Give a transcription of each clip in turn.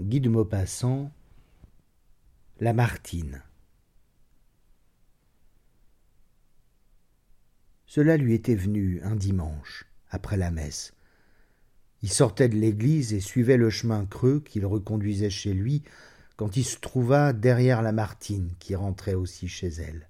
Guy de Maupassant, Lamartine. Cela lui était venu un dimanche, après la messe. Il sortait de l'église et suivait le chemin creux qui le reconduisait chez lui quand il se trouva derrière Lamartine qui rentrait aussi chez elle.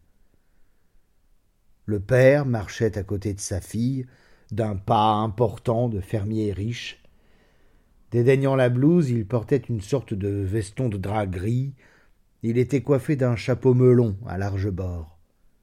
Le père marchait à côté de sa fille, d'un pas important de fermier riche. Dédaignant la blouse, il portait une sorte de veston de drap gris. Il était coiffé d'un chapeau melon à large bord.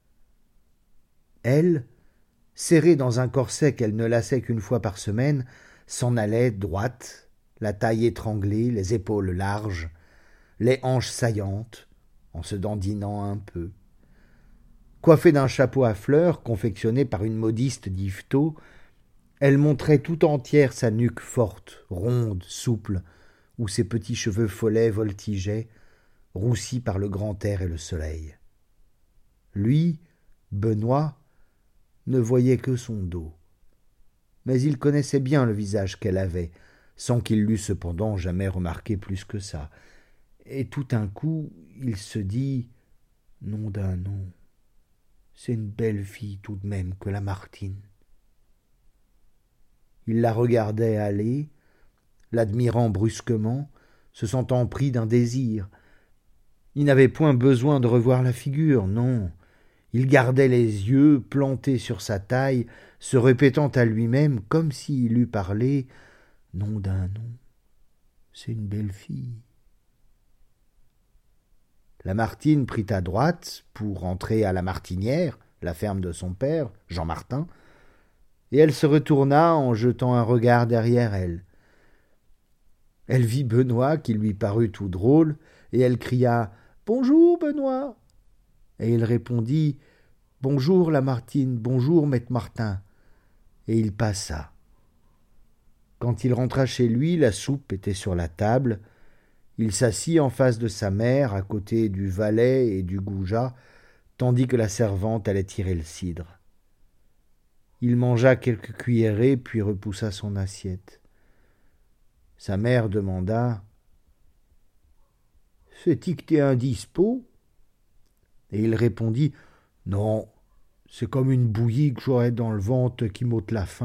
Elle, serrée dans un corset qu'elle ne lassait qu'une fois par semaine, s'en allait droite, la taille étranglée, les épaules larges, les hanches saillantes, en se dandinant un peu. Coiffée d'un chapeau à fleurs confectionné par une modiste d'Yvetot, elle montrait tout entière sa nuque forte, ronde, souple, où ses petits cheveux follets voltigeaient, roussis par le grand air et le soleil. Lui, Benoît, ne voyait que son dos. Mais il connaissait bien le visage qu'elle avait, sans qu'il l'eût cependant jamais remarqué plus que ça. Et tout d'un coup, il se dit « Nom d'un nom, c'est une belle fille tout de même que Lamartine. » Il la regardait aller, l'admirant brusquement, se sentant pris d'un désir. Il n'avait point besoin de revoir la figure, non. Il gardait les yeux plantés sur sa taille, se répétant à lui-même, comme s'il eût parlé « Nom d'un nom, c'est une belle fille. » Lamartine prit à droite pour entrer à la Martinière, la ferme de son père, Jean Martin, et elle se retourna en jetant un regard derrière elle. Elle vit Benoît qui lui parut tout drôle, et elle cria « Bonjour, Benoît !» Et il répondit « Bonjour, Lamartine, bonjour, maître Martin !» Et il passa. Quand il rentra chez lui, la soupe était sur la table. Il s'assit en face de sa mère, à côté du valet et du goujat, tandis que la servante allait tirer le cidre. Il mangea quelques cuillerées, puis repoussa son assiette. Sa mère demanda « C'est-tu que t'es indispo ?» Et il répondit « Non, c'est comme une bouillie que j'aurais dans le ventre qui m'ôte la faim. »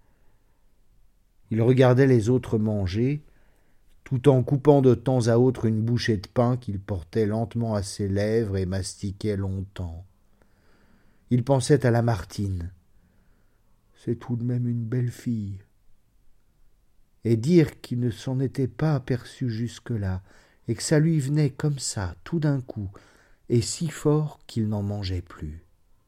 Il regardait les autres manger, tout en coupant de temps à autre une bouchée de pain qu'il portait lentement à ses lèvres et mastiquait longtemps. Il pensait à Lamartine. C'est tout de même une belle fille. Et dire qu'il ne s'en était pas aperçu jusque-là, et que ça lui venait comme ça, tout d'un coup, et si fort qu'il n'en mangeait plus.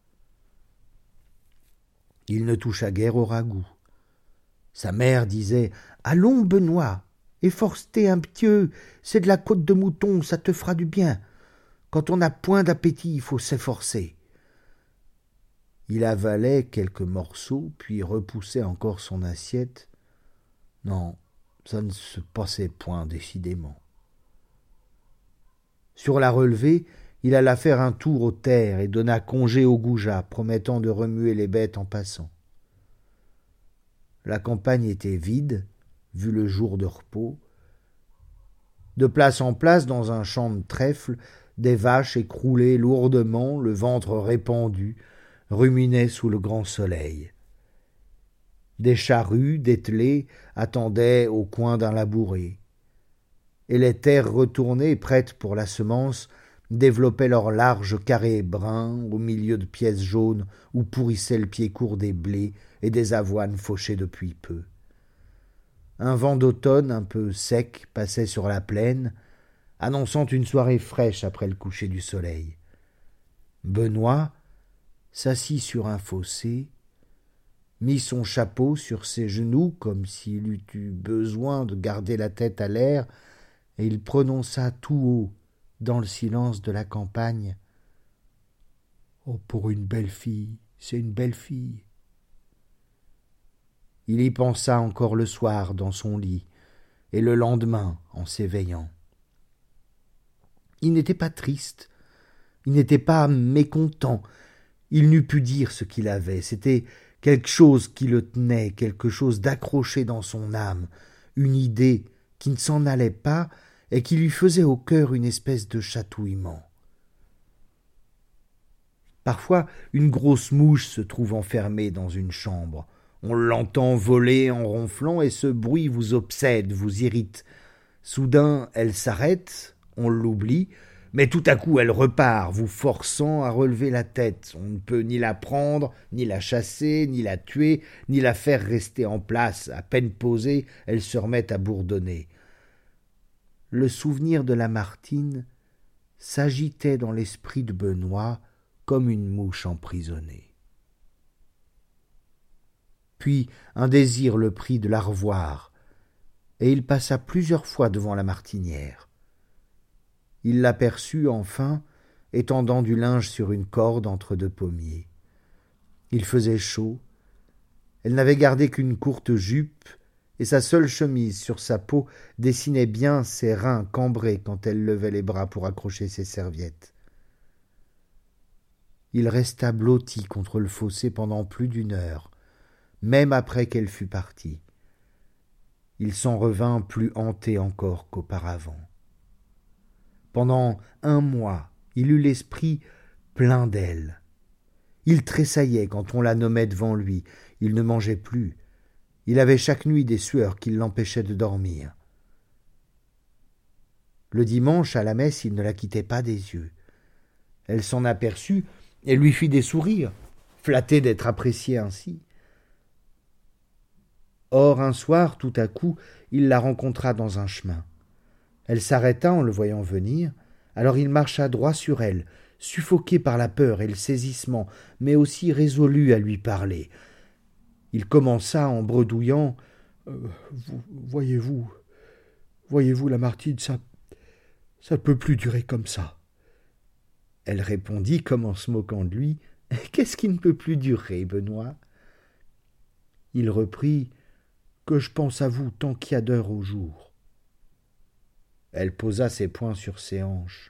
Il ne toucha guère au ragoût. Sa mère disait « Allons, Benoît, efforce-t'es un p'tieu, c'est de la côte de mouton, ça te fera du bien. Quand on n'a point d'appétit, il faut s'efforcer. » Il avalait quelques morceaux, puis repoussait encore son assiette. Non, ça ne se passait point décidément. Sur la relevée, il alla faire un tour aux terres et donna congé au goujat, promettant de remuer les bêtes en passant. La campagne était vide, vu le jour de repos. De place en place, dans un champ de trèfle, des vaches écroulées lourdement, le ventre répandu, ruminaient sous le grand soleil. Des charrues dételées attendaient au coin d'un labouret. Et les terres retournées, prêtes pour la semence, développaient leurs larges carrés bruns au milieu de pièces jaunes où pourrissaient le pied court des blés et des avoines fauchées depuis peu. Un vent d'automne un peu sec passait sur la plaine, annonçant une soirée fraîche après le coucher du soleil. Benoît s'assit sur un fossé, mit son chapeau sur ses genoux comme s'il eût eu besoin de garder la tête à l'air, et il prononça tout haut, dans le silence de la campagne « Oh, pour une belle fille, c'est une belle fille !» Il y pensa encore le soir dans son lit, et le lendemain en s'éveillant. Il n'était pas triste, il n'était pas mécontent, il n'eût pu dire ce qu'il avait, c'était quelque chose qui le tenait, quelque chose d'accroché dans son âme, une idée qui ne s'en allait pas et qui lui faisait au cœur une espèce de chatouillement. Parfois, une grosse mouche se trouve enfermée dans une chambre. On l'entend voler en ronflant et ce bruit vous obsède, vous irrite. Soudain, elle s'arrête, on l'oublie, mais tout à coup elle repart, vous forçant à relever la tête. On ne peut ni la prendre, ni la chasser, ni la tuer, ni la faire rester en place. À peine posée, elle se remet à bourdonner. Le souvenir de Lamartine s'agitait dans l'esprit de Benoît comme une mouche emprisonnée. Puis un désir le prit de la revoir, et il passa plusieurs fois devant la martinière. Il l'aperçut enfin, étendant du linge sur une corde entre deux pommiers. Il faisait chaud, elle n'avait gardé qu'une courte jupe, et sa seule chemise sur sa peau dessinait bien ses reins cambrés quand elle levait les bras pour accrocher ses serviettes. Il resta blotti contre le fossé pendant plus d'une heure, même après qu'elle fût partie. Il s'en revint plus hanté encore qu'auparavant. Pendant un mois, il eut l'esprit plein d'elle. Il tressaillait quand on la nommait devant lui. Il ne mangeait plus. Il avait chaque nuit des sueurs qui l'empêchaient de dormir. Le dimanche, à la messe, il ne la quittait pas des yeux. Elle s'en aperçut et lui fit des sourires, flattée d'être appréciée ainsi. Or, un soir, tout à coup, il la rencontra dans un chemin. Elle s'arrêta en le voyant venir, alors il marcha droit sur elle, suffoqué par la peur et le saisissement, mais aussi résolu à lui parler. Il commença en bredouillant Voyez-vous, Lamartine, ça ne peut plus durer comme ça. » Elle répondit, comme en se moquant de lui, « Qu'est-ce qui ne peut plus durer, Benoît ?» Il reprit « Que je pense à vous tant qu'il y a d'heures au jour. » Elle posa ses poings sur ses hanches.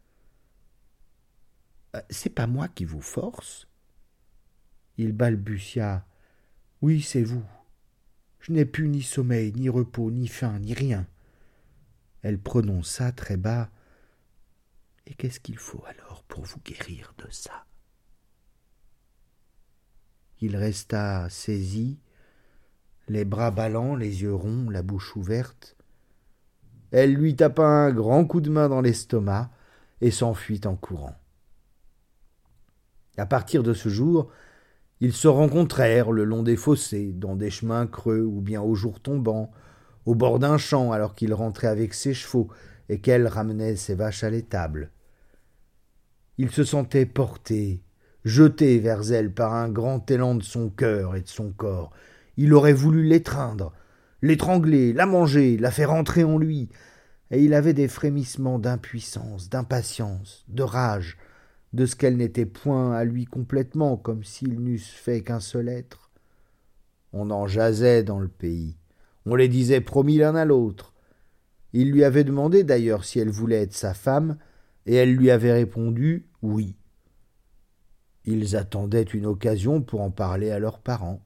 « C'est pas moi qui vous force ?» Il balbutia. « Oui, c'est vous. Je n'ai plus ni sommeil, ni repos, ni faim, ni rien. » Elle prononça très bas. « Et qu'est-ce qu'il faut alors pour vous guérir de ça ?» Il resta saisi, les bras ballants, les yeux ronds, la bouche ouverte. Elle lui tapa un grand coup de main dans l'estomac et s'enfuit en courant. À partir de ce jour, ils se rencontrèrent le long des fossés, dans des chemins creux ou bien au jour tombant, au bord d'un champ alors qu'il rentrait avec ses chevaux et qu'elle ramenait ses vaches à l'étable. Il se sentait porté, jeté vers elle par un grand élan de son cœur et de son corps. Il aurait voulu l'étreindre, l'étrangler, la manger, la faire entrer en lui, et il avait des frémissements d'impuissance, d'impatience, de rage, de ce qu'elle n'était point à lui complètement, comme s'ils n'eussent fait qu'un seul être. On en jasait dans le pays, on les disait promis l'un à l'autre. Il lui avait demandé d'ailleurs si elle voulait être sa femme, et elle lui avait répondu « oui ». Ils attendaient une occasion pour en parler à leurs parents.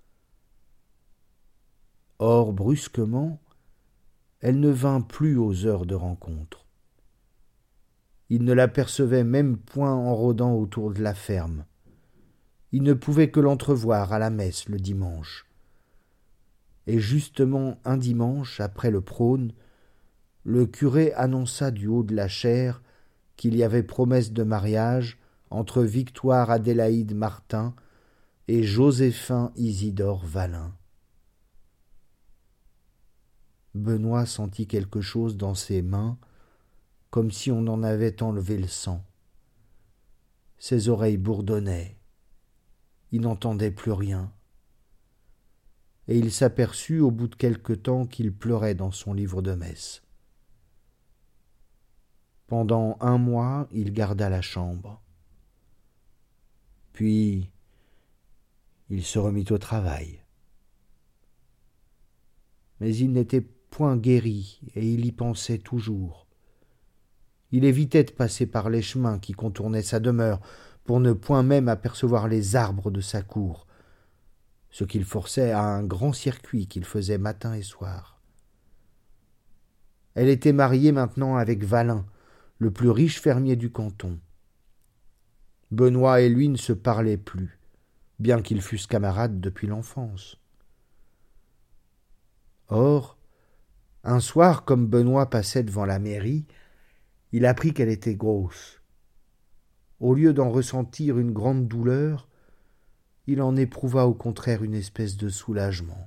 Or, brusquement, elle ne vint plus aux heures de rencontre. Il ne l'apercevait même point en rôdant autour de la ferme. Il ne pouvait que l'entrevoir à la messe le dimanche. Et justement un dimanche, après le prône, le curé annonça du haut de la chaire qu'il y avait promesse de mariage entre Victoire Adélaïde Martin et Joséphin Isidore Valin. Benoît sentit quelque chose dans ses mains, comme si on en avait enlevé le sang. Ses oreilles bourdonnaient. Il n'entendait plus rien. Et il s'aperçut au bout de quelque temps qu'il pleurait dans son livre de messe. Pendant un mois, il garda la chambre. Puis, il se remit au travail. Mais il n'était point guéri et il y pensait toujours. Il évitait de passer par les chemins qui contournaient sa demeure pour ne point même apercevoir les arbres de sa cour, ce qu'il forçait à un grand circuit qu'il faisait matin et soir. Elle était mariée maintenant avec Valin, le plus riche fermier du canton. Benoît et lui ne se parlaient plus, bien qu'ils fussent camarades depuis l'enfance. Or, un soir, comme Benoît passait devant la mairie, il apprit qu'elle était grosse. Au lieu d'en ressentir une grande douleur, il en éprouva au contraire une espèce de soulagement.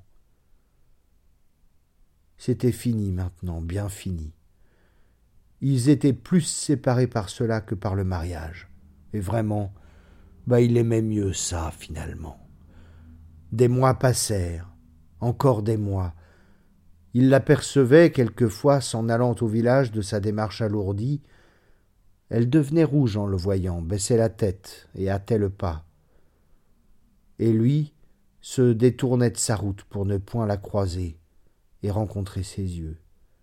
C'était fini maintenant, bien fini. Ils étaient plus séparés par cela que par le mariage. Et vraiment, il aimait mieux ça, finalement. Des mois passèrent, encore des mois. Il l'apercevait quelquefois s'en allant au village de sa démarche alourdie. Elle devenait rouge en le voyant, baissait la tête et hâtait le pas. Et lui se détournait de sa route pour ne point la croiser et rencontrer ses yeux.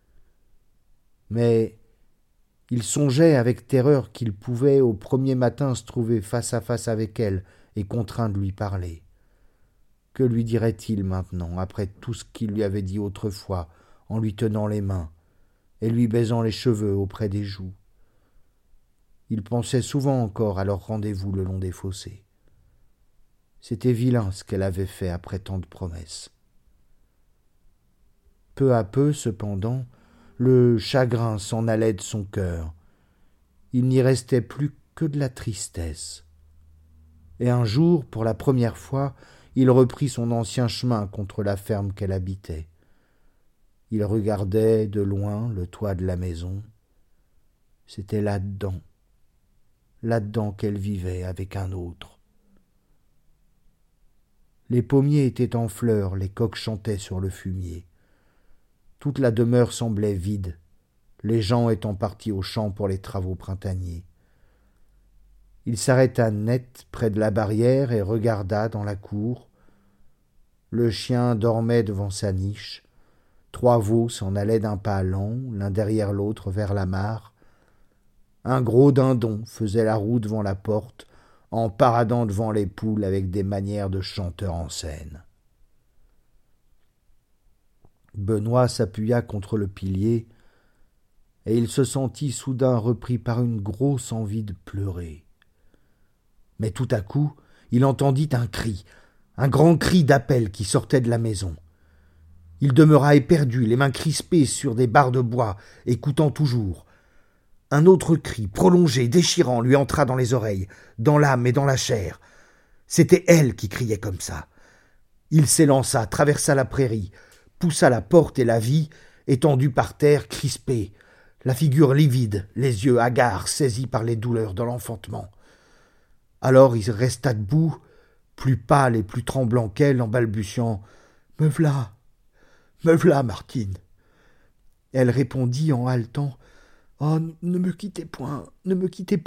Mais il songeait avec terreur qu'il pouvait au premier matin se trouver face à face avec elle et contraint de lui parler. Que lui dirait-il maintenant, après tout ce qu'il lui avait dit autrefois, en lui tenant les mains et lui baisant les cheveux auprès des joues? Il pensait souvent encore à leur rendez-vous le long des fossés. C'était vilain ce qu'elle avait fait après tant de promesses. Peu à peu, cependant, le chagrin s'en allait de son cœur. Il n'y restait plus que de la tristesse. Et un jour, pour la première fois, il reprit son ancien chemin contre la ferme qu'elle habitait. Il regardait de loin le toit de la maison. C'était là-dedans qu'elle vivait avec un autre. Les pommiers étaient en fleurs, les coqs chantaient sur le fumier. Toute la demeure semblait vide, les gens étant partis aux champs pour les travaux printaniers. Il s'arrêta net près de la barrière et regarda dans la cour. Le chien dormait devant sa niche. 3 veaux s'en allaient d'un pas lent, l'un derrière l'autre, vers la mare. Un gros dindon faisait la roue devant la porte, en paradant devant les poules avec des manières de chanteur en scène. Benoît s'appuya contre le pilier, et il se sentit soudain repris par une grosse envie de pleurer. Mais tout à coup, il entendit un cri, un grand cri d'appel qui sortait de la maison. Il demeura éperdu, les mains crispées sur des barres de bois, écoutant toujours. Un autre cri, prolongé, déchirant, lui entra dans les oreilles, dans l'âme et dans la chair. C'était elle qui criait comme ça. Il s'élança, traversa la prairie, poussa la porte et la vit, étendue par terre, crispée, la figure livide, les yeux hagards, saisis par les douleurs de l'enfantement. Alors il resta debout, plus pâle et plus tremblant qu'elle, en balbutiant « Me v'là, Martine !» Elle répondit en haletant « Oh, ne me quittez point, Benoît !»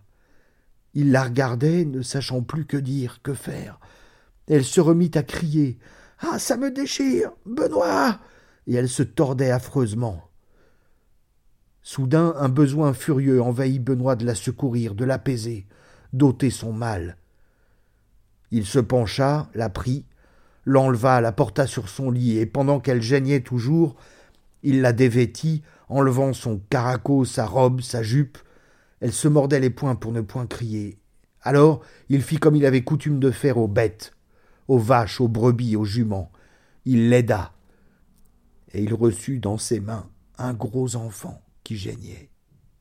Il la regardait, ne sachant plus que dire, que faire. Elle se remit à crier « Ah, ça me déchire, Benoît !» Et elle se tordait affreusement. Soudain, un besoin furieux envahit Benoît de la secourir, de l'apaiser, d'ôter son mal. Il se pencha, la prit, l'enleva, la porta sur son lit, et pendant qu'elle geignait toujours, il la dévêtit, enlevant son caraco, sa robe, sa jupe. Elle se mordait les poings pour ne point crier. Alors il fit comme il avait coutume de faire aux bêtes, aux vaches, aux brebis, aux juments. Il l'aida, et il reçut dans ses mains un gros enfant qui geignait.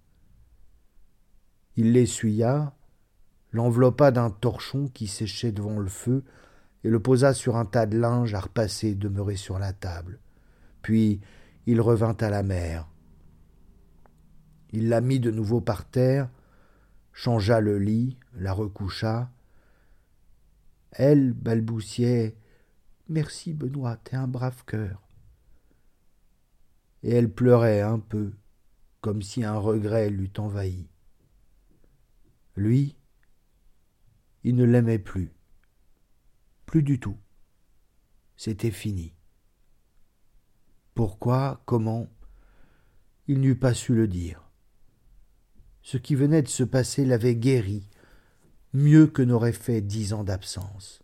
Il l'essuya, l'enveloppa d'un torchon qui séchait devant le feu et le posa sur un tas de linge à repasser demeuré sur la table. Puis il revint à la mère. Il la mit de nouveau par terre, changea le lit, la recoucha. Elle balbutiait « Merci Benoît, t'es un brave cœur !» Et elle pleurait un peu, comme si un regret l'eût envahi. Lui, il ne l'aimait plus. Plus du tout. C'était fini. Pourquoi, comment, il n'eût pas su le dire. Ce qui venait de se passer l'avait guéri, mieux que n'aurait fait 10 ans d'absence.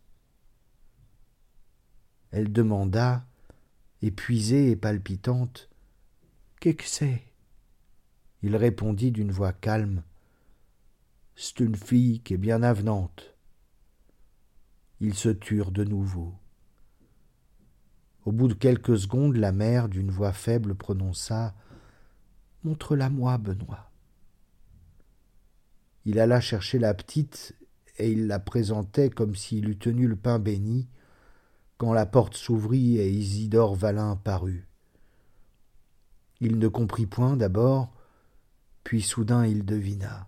Elle demanda, épuisée et palpitante, « Qu'est-ce que c'est ?» Il répondit d'une voix calme. « C'est une fille qui est bien avenante. » Ils se turent de nouveau. Au bout de quelques secondes, la mère, d'une voix faible, prononça « Montre-la-moi, Benoît. » Il alla chercher la petite et il la présentait comme s'il eût tenu le pain béni, quand la porte s'ouvrit et Isidore Valin parut. Il ne comprit point d'abord, puis soudain il devina.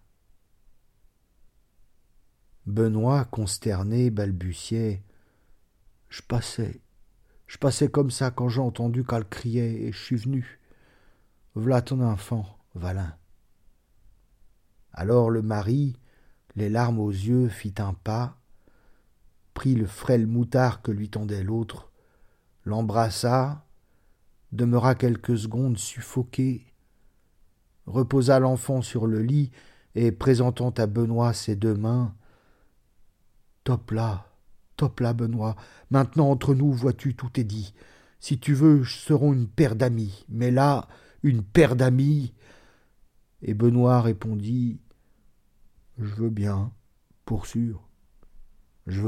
Benoît, consterné, balbutiait. « Je passais comme ça quand j'ai entendu qu'elle criait et je suis venu. V'là ton enfant, Valin. » Alors le mari, les larmes aux yeux, fit un pas, prit le frêle moutard que lui tendait l'autre, l'embrassa, demeura quelques secondes suffoqué, reposa l'enfant sur le lit et, présentant à Benoît ses deux mains, « Top là, Benoît, maintenant entre nous, vois-tu, tout est dit. Si tu veux, serons une paire d'amis, mais là, une paire d'amis. » Et Benoît répondit « Je veux bien, pour sûr, je veux bien. »